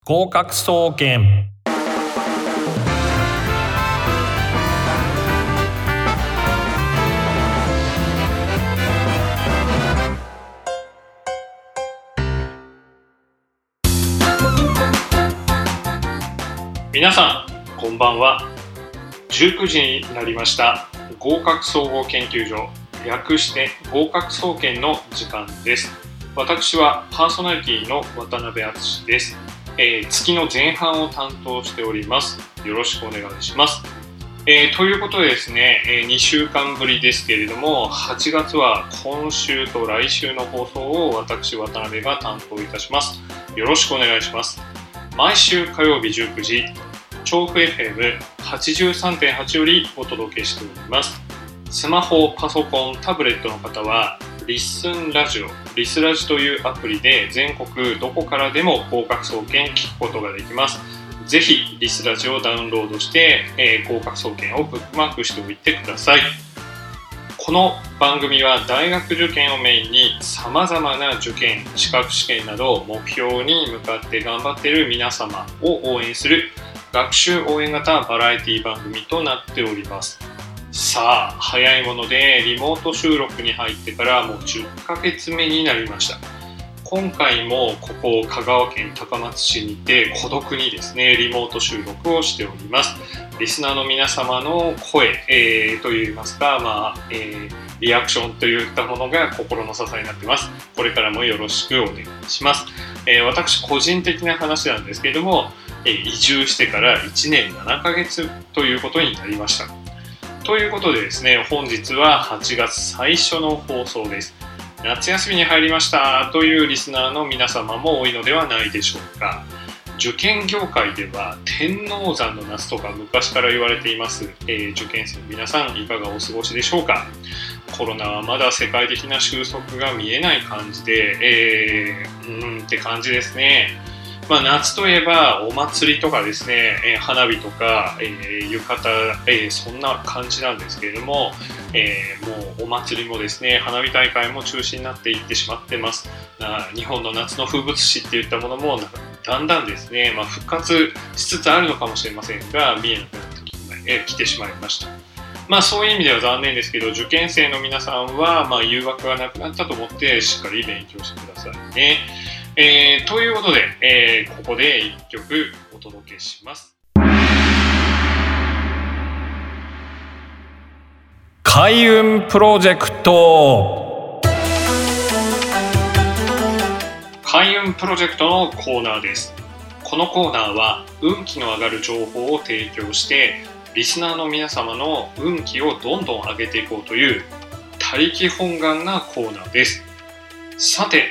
合格総研。皆さんこんばんは。19時になりました。合格総合研究所、略して合格総研の時間です。私はパーソナリティの渡辺敦です。月の前半を担当しております。よろしくお願いします。ということでですね、2週間ぶりですけれども、8月は今週と来週の放送を私渡辺が担当いたします。よろしくお願いします。毎週火曜日19時、調布 FM83.8 よりお届けしております。スマホ、パソコン、タブレットの方はリッスンラジオ、リスラジというアプリで全国どこからでも合格総研聞くことができます。ぜひリスラジをダウンロードして、合格総研をブックマークしておいてください。この番組は大学受験をメインにさまざまな受験、資格試験など目標に向かって頑張っている皆様を応援する学習応援型バラエティ番組となっております。さあ、早いものでリモート収録に入ってからもう10ヶ月目になりました。今回もここ香川県高松市にて孤独にですねリモート収録をしております。リスナーの皆様の声、といいますか、リアクションといったものが心の支えになっています。これからもよろしくお願いします。私個人的な話なんですけれども、移住してから1年7ヶ月ということになりました。ということでですね、本日は8月最初の放送です。夏休みに入りましたというリスナーの皆様も多いのではないでしょうか。受験業界では天王山の夏とか昔から言われています。受験生の皆さんいかがお過ごしでしょうか。コロナはまだ世界的な収束が見えない感じで、って感じですね。夏といえばお祭りとかですね、花火とか、浴衣、そんな感じなんですけれども、もうお祭りもですね、花火大会も中止になっていってしまってます。日本の夏の風物詩っていったものもだんだんですね、復活しつつあるのかもしれませんが、見えなくなってきてしまいました。そういう意味では残念ですけど、受験生の皆さんは、誘惑がなくなったと思ってしっかり勉強してくださいね。ということで、ここで1曲お届けします。開運プロジェクト。開運プロジェクトのコーナーです。このコーナーは運気の上がる情報を提供してリスナーの皆様の運気をどんどん上げていこうという他力本願なコーナーです。さて、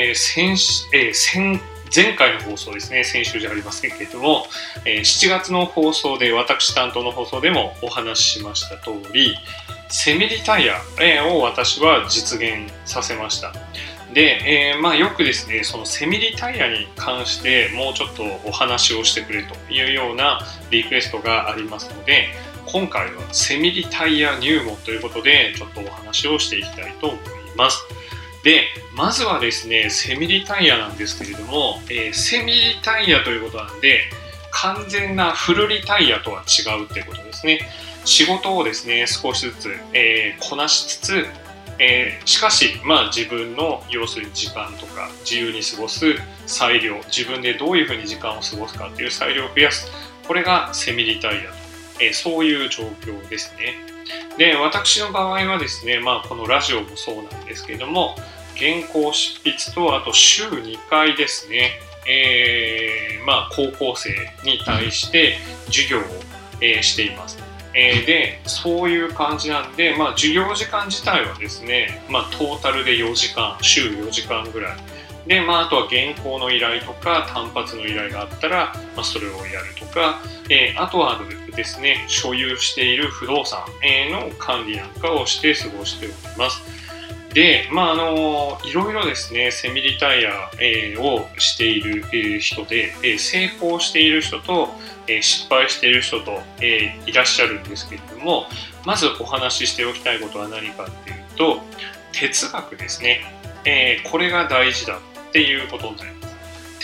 前回の放送ですね、先週じゃありませんけれども、7月の放送で私担当の放送でもお話ししました通り、セミリタイヤを私は実現させました。で、よくですね、そのセミリタイヤに関してもうちょっとお話をしてくれというようなリクエストがありますので、今回はセミリタイヤ入門ということでちょっとお話をしていきたいと思います。で、まずはですね、セミリタイヤなんですけれども、セミリタイヤということなんで完全なフルリタイヤとは違うってことですね。仕事をですね少しずつ、こなしつつ、しかし、自分の要するに時間とか自由に過ごす裁量、自分でどういうふうに時間を過ごすかという裁量を増やす、これがセミリタイヤと、そういう状況ですね。で、私の場合はですね、このラジオもそうなんですけれども、原稿執筆とあと週2回ですね、高校生に対して授業を、しています。で、そういう感じなんで、授業時間自体はですね、トータルで4時間、週4時間ぐらいで、あとは原稿の依頼とか単発の依頼があったら、それをやるとか、あとはですね、所有している不動産の管理なんかをして過ごしております。で、いろいろですね、セミリタイヤをしている人で、成功している人と失敗している人といらっしゃるんですけれども、まずお話ししておきたいことは何かっていうと、哲学ですね。これが大事だっていうことになります。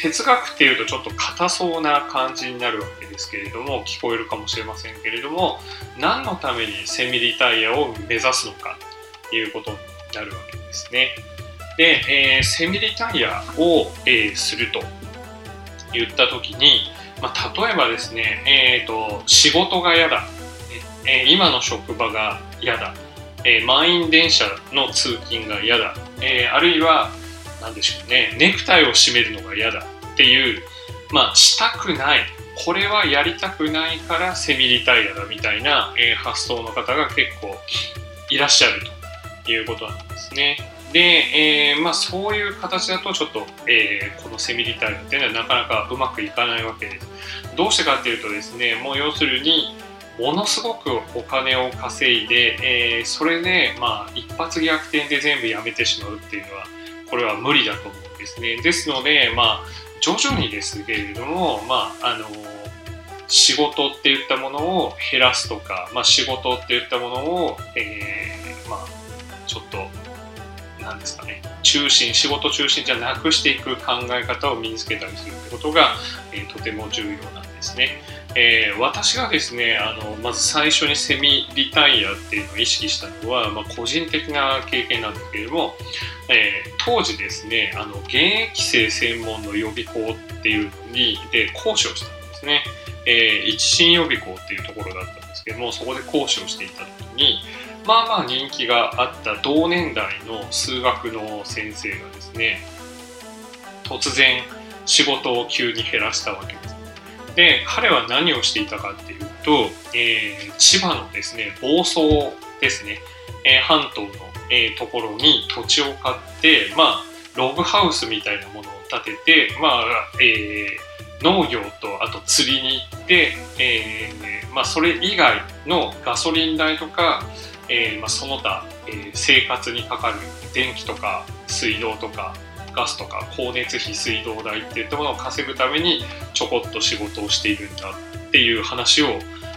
哲学っていうとちょっと硬そうな感じになるわけですけれども、聞こえるかもしれませんけれども、何のためにセミリタイアを目指すのかということになるわけですね。で、セミリタイアを、すると言った時に、例えばですね、仕事が嫌だ、今の職場が嫌だ、満員電車の通勤が嫌だ、あるいは何でしょうね、ネクタイを締めるのが嫌だっていう、したくない、これはやりたくないからセミリタイアだみたいな、発想の方が結構いらっしゃるということなんですね。で、そういう形だとちょっと、このセミリタイアっていうのはなかなかうまくいかないわけです。どうしてかっていうとですね、もう要するにものすごくお金を稼いで、それで一発逆転で全部やめてしまうっていうのはこれは無理だと思うんですね。ですので、徐々にですけれども、仕事っていったものを減らすとか、仕事っていったものを、ちょっとなんですかね、仕事中心じゃなくしていく考え方を身につけたりするってことが、とても重要なんですね。私がですね、まず最初にセミリタイアっていうのを意識したのは、個人的な経験なんですけれども、当時ですね、現役生専門の予備校っていうので講師をしたんですね。一新予備校っていうところだったんですけども、そこで講師をしていた時に、人気があった同年代の数学の先生がですね、突然仕事を急に減らしたわけです。で、彼は何をしていたかっていうと、千葉のですね、房総ですね、半島の、ところに土地を買って、ログハウスみたいなものを建てて、農業とあと釣りに行って、それ以外のガソリン代とか、その他、生活にかかる電気とか水道とかガスとか光熱費水道代っていったものを稼ぐためにちょこっと仕事をしているんだっていう話を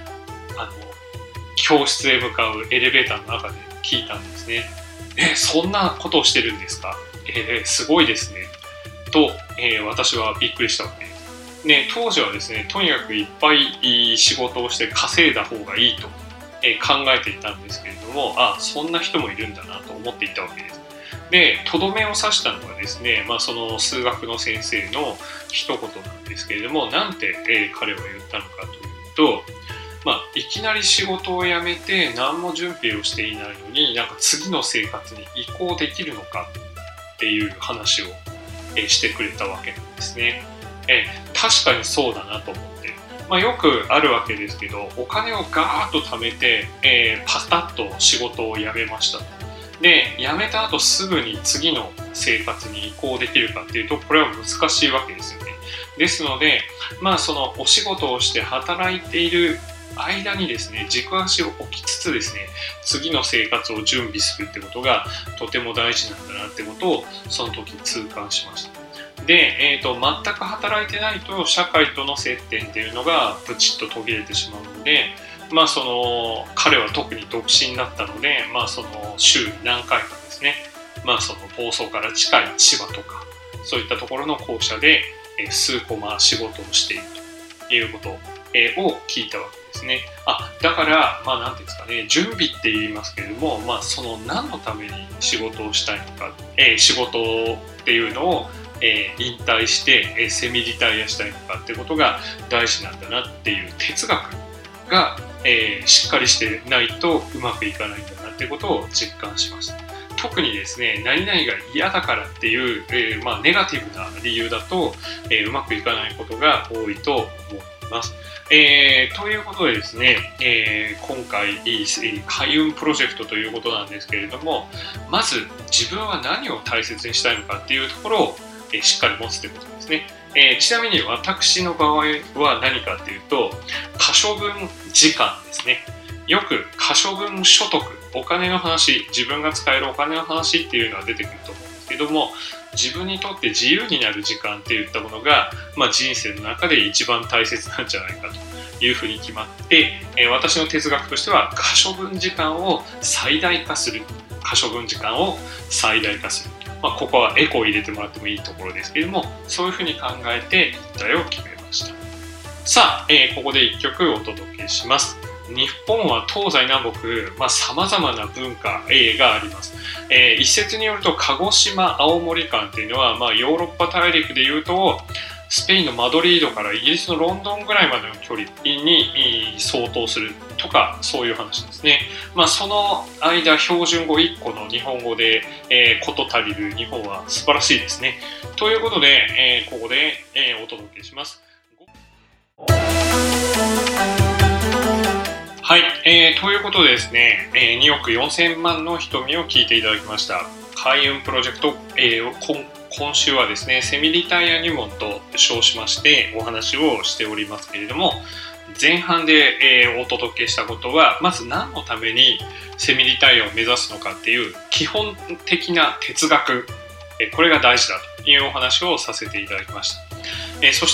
教室へ向かうエレベーターの中で聞いたんですね。そんなことをしてるんですか、すごいですねと、私はびっくりしたわけです。当時はですね、とにかくいっぱい仕事をして稼いだ方がいいと考えていたんですけれども、そんな人もいるんだなと思っていたわけです。で、とどめを刺したのはですね、その数学の先生の一言なんですけれども、なんて、彼は言ったのかというと、いきなり仕事を辞めて何も準備をしていないのに、なんか次の生活に移行できるのかっていう話をしてくれたわけなんですね。確かにそうだなと思って、よくあるわけですけど、お金をガーッと貯めて、パタッと仕事を辞めました。で、辞めた後すぐに次の生活に移行できるかっていうと、これは難しいわけですよね。ですので、そのお仕事をして働いている間にですね、軸足を置きつつですね、次の生活を準備するってことがとても大事なんだなってことをその時痛感しました。で、全く働いてないと社会との接点っていうのがプチッと途切れてしまうので、彼は特に独身だったので、その週何回かですね、その房総から近い千葉とかそういったところの校舎で数コマ仕事をしているということを聞いたわけですね。だからなんていうんですかね、準備って言いますけれども、その何のために仕事をしたいのか、仕事っていうのを引退してセミリタイアしたいのかってことが大事なんだなっていう哲学が、しっかりしてないとうまくいかないんだなってことを実感しました。特にですね、何々が嫌だからっていう、ネガティブな理由だと、うまくいかないことが多いと思います。ということでですね、今回開運プロジェクトということなんですけれども、まず自分は何を大切にしたいのかっていうところをしっかり持つということですね。ちなみに私の場合は何かっていうと、可処分時間ですね。よく可処分所得、お金の話、自分が使えるお金の話っていうのは出てくると思うんですけども、自分にとって自由になる時間っていったものが、人生の中で一番大切なんじゃないかというふうに決まって、私の哲学としては可処分時間を最大化する。可処分時間を最大化するここはエコを入れてもらってもいいところですけれども、そういうふうに考えて一体を決めました。さあ、ここで1曲お届けします。日本は東西南北、様々な文化、があります。一説によると鹿児島、青森間というのは、ヨーロッパ大陸でいうとスペインのマドリードからイギリスのロンドンぐらいまでの距離に相当するとか、そういう話ですね。その間、標準語1個の日本語で、こと足りる日本は素晴らしいですね。ということで、ここで、お届けします。はい、ということでですね、2億4000万の瞳を聞いていただきました。開運プロジェクト、今週はですね、セミリタイア入門と称しましてお話をしておりますけれども、前半で、お届けしたことは、まず何のためにセミリタイアを目指すのかっていう基本的な哲学、これが大事だというお話をさせていただきました。そして、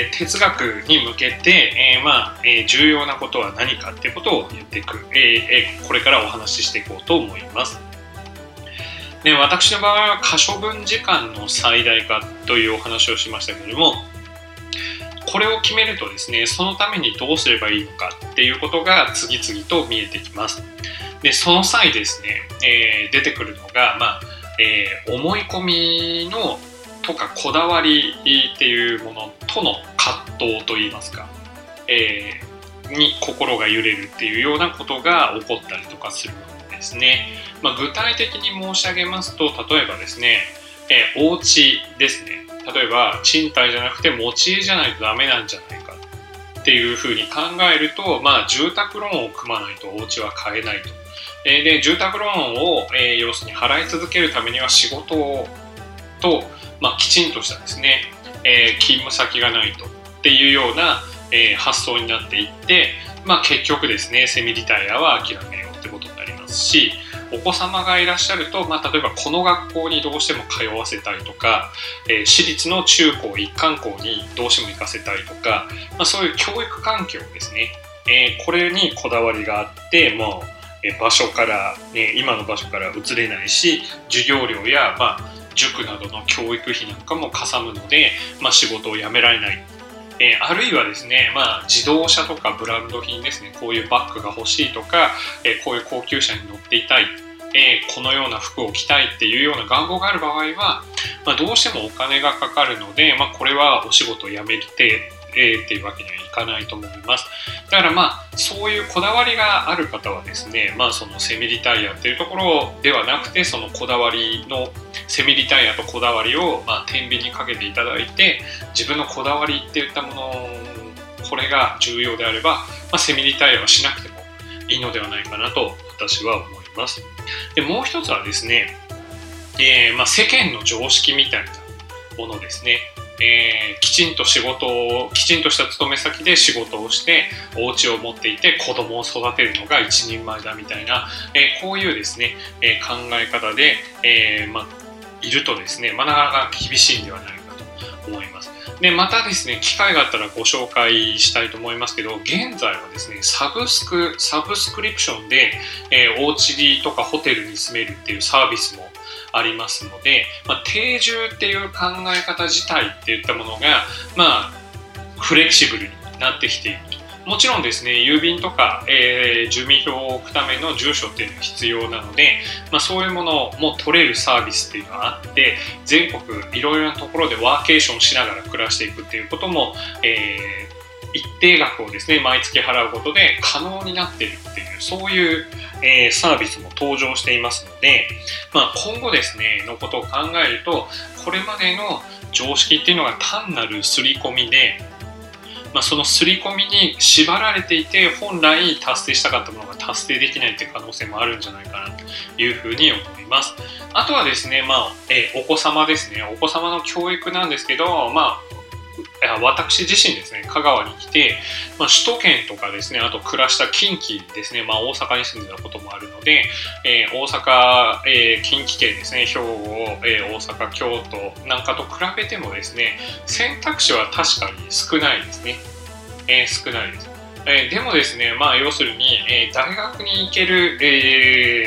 哲学に向けて、重要なことは何かっていうことを言っていく、これからお話ししていこうと思います。で、私の場合は可処分時間の最大化というお話をしましたけれども、これを決めるとですね、そのためにどうすればいいのかっていうことが次々と見えてきます。で、その際ですね、出てくるのが、思い込みのとかこだわりっていうものとの葛藤といいますか、に心が揺れるっていうようなことが起こったりとかするんですね。具体的に申し上げますと、例えばですね、お家ですね。例えば賃貸じゃなくて持ち家じゃないとダメなんじゃないかっていうふうに考えると、住宅ローンを組まないとお家は買えないと。で、住宅ローンを、要するに払い続けるためには仕事ときちんとしたですね、勤務先がないとっていうような、発想になっていって、結局ですね、セミリタイアは諦めようってことになりますし、お子様がいらっしゃると、例えばこの学校にどうしても通わせたいとか、私立の中高一貫校にどうしても行かせたいとか、そういう教育環境ですね、これにこだわりがあって、場所から、今の場所から移れないし、授業料や、塾などの教育費なんかもかさむので、仕事を辞められない、あるいはですね、自動車とかブランド品ですね、こういうバッグが欲しいとか、こういう高級車に乗っていたい、このような服を着たいっていうような願望がある場合は、どうしてもお金がかかるので、これはお仕事を辞めてっていうわけにはいかないと思います。だからそういうこだわりがある方はですね、そのセミリタイアっていうところではなくて、そのこだわりのセミリタイアとこだわりを天秤にかけていただいて、自分のこだわりっていったもの、これが重要であれば、セミリタイアはしなくてもいいのではないかなと私は思います。で、もう一つはですね、世間の常識みたいなものですね。きちんとした勤め先で仕事をしてお家を持っていて子供を育てるのが一人前だみたいな、こういうですね、考え方で、いるとですね、なかなか厳しいんではないかと思います。で、またですね、機会があったらご紹介したいと思いますけど、現在はですね、サブスクリプションで、お家とかホテルに住めるっていうサービスもありますので、定住っていう考え方自体っていったものが、フレキシブルになってきていると。もちろんですね、郵便とか、住民票を置くための住所っていうのが必要なので、そういうものも取れるサービスっていうのがあって、全国いろいろなところでワーケーションしながら暮らしていくっていうことも、一定額をですね、毎月払うことで可能になっているっていう、そういう、サービスも登場していますので、今後ですね、のことを考えると、これまでの常識っていうのが単なる刷り込みで、その刷り込みに縛られていて、本来達成したかったものが達成できないという可能性もあるんじゃないかなというふうに思います。あとはですね、お子様ですね、お子様の教育なんですけど、私自身ですね、香川に来て、首都圏とかですね、あと暮らした近畿ですね、大阪に住んでたこともあるので、大阪、近畿圏ですね、兵庫、大阪、京都なんかと比べてもですね、選択肢は確かに少ないですね。少ないです。でもですね、要するに、大学に行ける、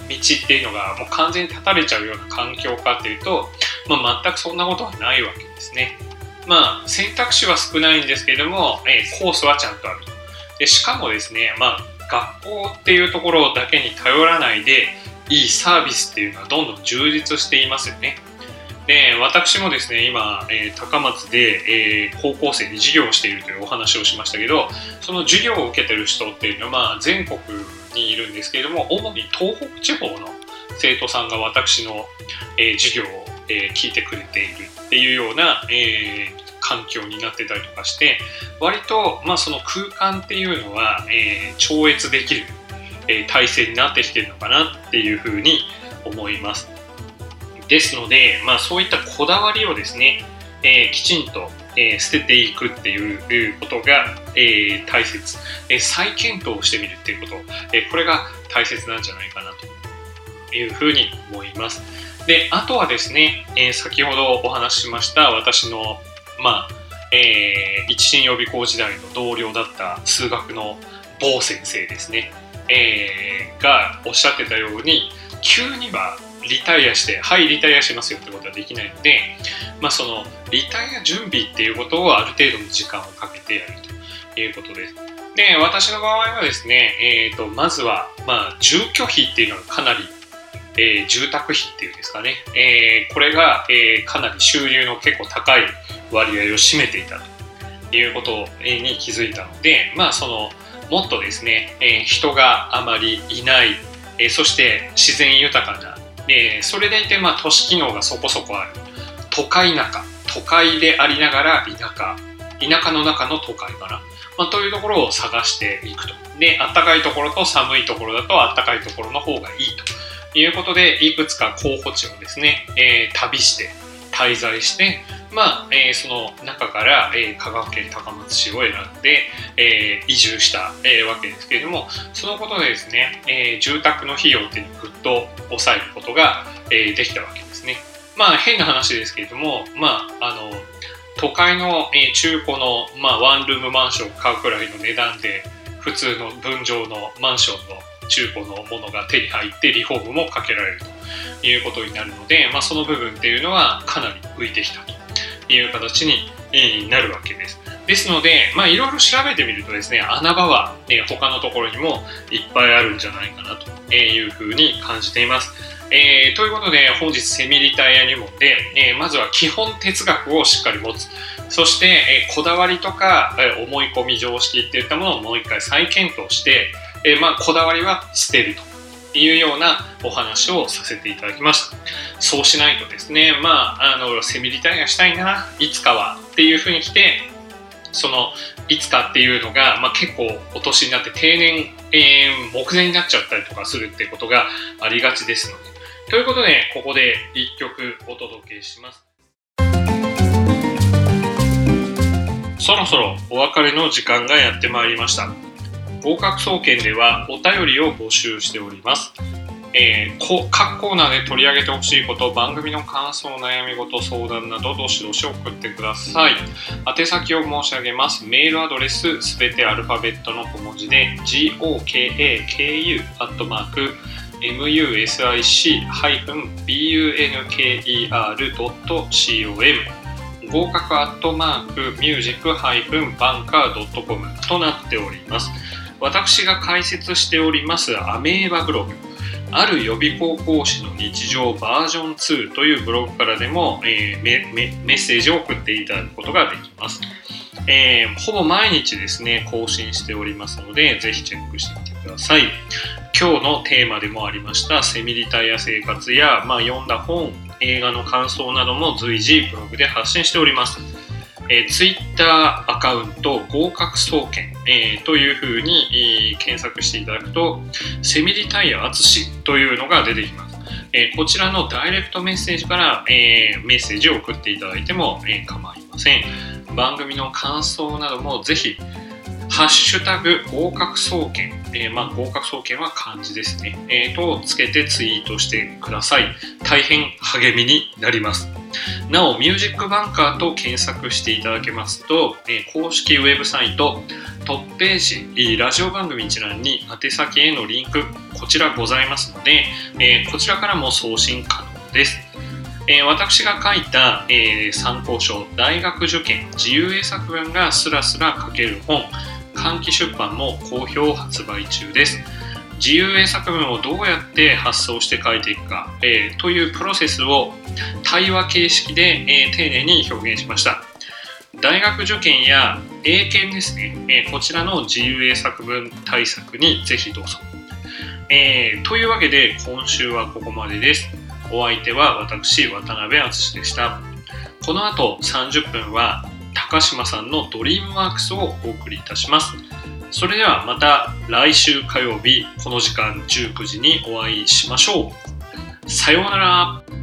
っていうのがもう完全に断たれちゃうような環境かっていうと、全くそんなことはないわけですね。選択肢は少ないんですけれども、コースはちゃんとあると。でしかもですね、学校っていうところだけに頼らないでいいサービスっていうのはどんどん充実していますよね。で私もですね今、高松で、高校生に授業をしているというお話をしましたけど、その授業を受けてる人っていうのは全国にいるんですけれども、主に東北地方の生徒さんが私の、授業を、聞いてくれているっていうような、環境になってたりとかして、割と、その空間っていうのは、超越できる、体制になってきているのかなっていうふうに思います。ですので、そういったこだわりをですね、きちんと、捨てていくっていうことが、大切、再検討してみるっていうこと、これが大切なんじゃないかなというふうに思います。であとはですね、先ほどお話ししました私の一新予備校時代の同僚だった数学の某先生ですね、がおっしゃってたように、急にはリタイアしてリタイアしますよってことはできないので、そのリタイア準備っていうことをある程度の時間をかけてやるということです。で私の場合はですね、まずは、住居費っていうのがかなり、住宅費っていうんですかね、これが、かなり収入の結構高い割合を占めていたということに気づいたので、そのもっとですね、人があまりいない、そして自然豊かな、それでいて都市機能がそこそこある都会でありながら田舎の中の都会かな、というところを探していくと。で暖かいところと寒いところだと暖かいところの方がいいということで、いくつか候補地をですね、旅して滞在して、その中から、香川県高松市を選んで、移住した、わけですけれども、そのことでですね、住宅の費用っていうのをぐっと抑えることが、できたわけですね。変な話ですけれども、都会の、中古の、ワンルームマンションを買うくらいの値段で普通の分譲のマンションの中古のものが手に入ってリフォームもかけられるということになるので、その部分っていうのはかなり浮いてきたという形になるわけです。ですので、いろいろ調べてみるとですね、穴場は、他のところにもいっぱいあるんじゃないかなというふうに感じています。ということで本日セミリタイア入門で、まずは基本哲学をしっかり持つ、そして、こだわりとか、思い込み常識っていったものをもう一回再検討して、こだわりは捨てるというようなお話をさせていただきました。そうしないとですね、セミリタイアしたいないつかはっていうふうに来て、そのいつかっていうのが、結構お年になって定年、目前になっちゃったりとかするっていうことがありがちですので、ということでここで1曲お届けします。そろそろお別れの時間がやってまいりました。合格総研ではお便りを募集しております。各コーナーで取り上げてほしいこと、番組の感想、悩み事、相談などどしどし送ってください。宛先を申し上げます。メールアドレスすべてアルファベットの小文字で gokaku@music-bunker.com 合格@music-banker.com となっております。私が開設しておりますアメーバブログ、ある予備校講師の日常バージョン2というブログからでも、メッセージを送っていただくことができます。ほぼ毎日ですね更新しておりますので、ぜひチェックしてみてください。今日のテーマでもありましたセミリタイア生活や、読んだ本、映画の感想なども随時ブログで発信しております。ツイッターアカウント合格総研、というふうに、検索していただくとセミリタイアあつしというのが出てきます。こちらのダイレクトメッセージから、メッセージを送っていただいても、構いません。番組の感想などもぜひハッシュタグ合格総研、合格総研は漢字ですね、とつけてツイートしてください。大変励みになります。 なお、ミュージックバンカーと検索していただけますと、公式ウェブサイト、トップページ、ラジオ番組一覧に宛先へのリンク、こちらございますので、こちらからも送信可能です。私が書いた、参考書、大学受験自由英作文がスラスラ書ける本、換気出版も好評発売中です。自由英作文をどうやって発想して書いていくか、というプロセスを対話形式で、丁寧に表現しました。大学受験や英検ですね、こちらの自由英作文対策にぜひどうぞ。というわけで今週はここまでです。お相手は私、渡辺敦でした。この後30分は高島さんのドリームワークスをお送りいたします。それではまた来週火曜日この時間19時にお会いしましょう。さようなら。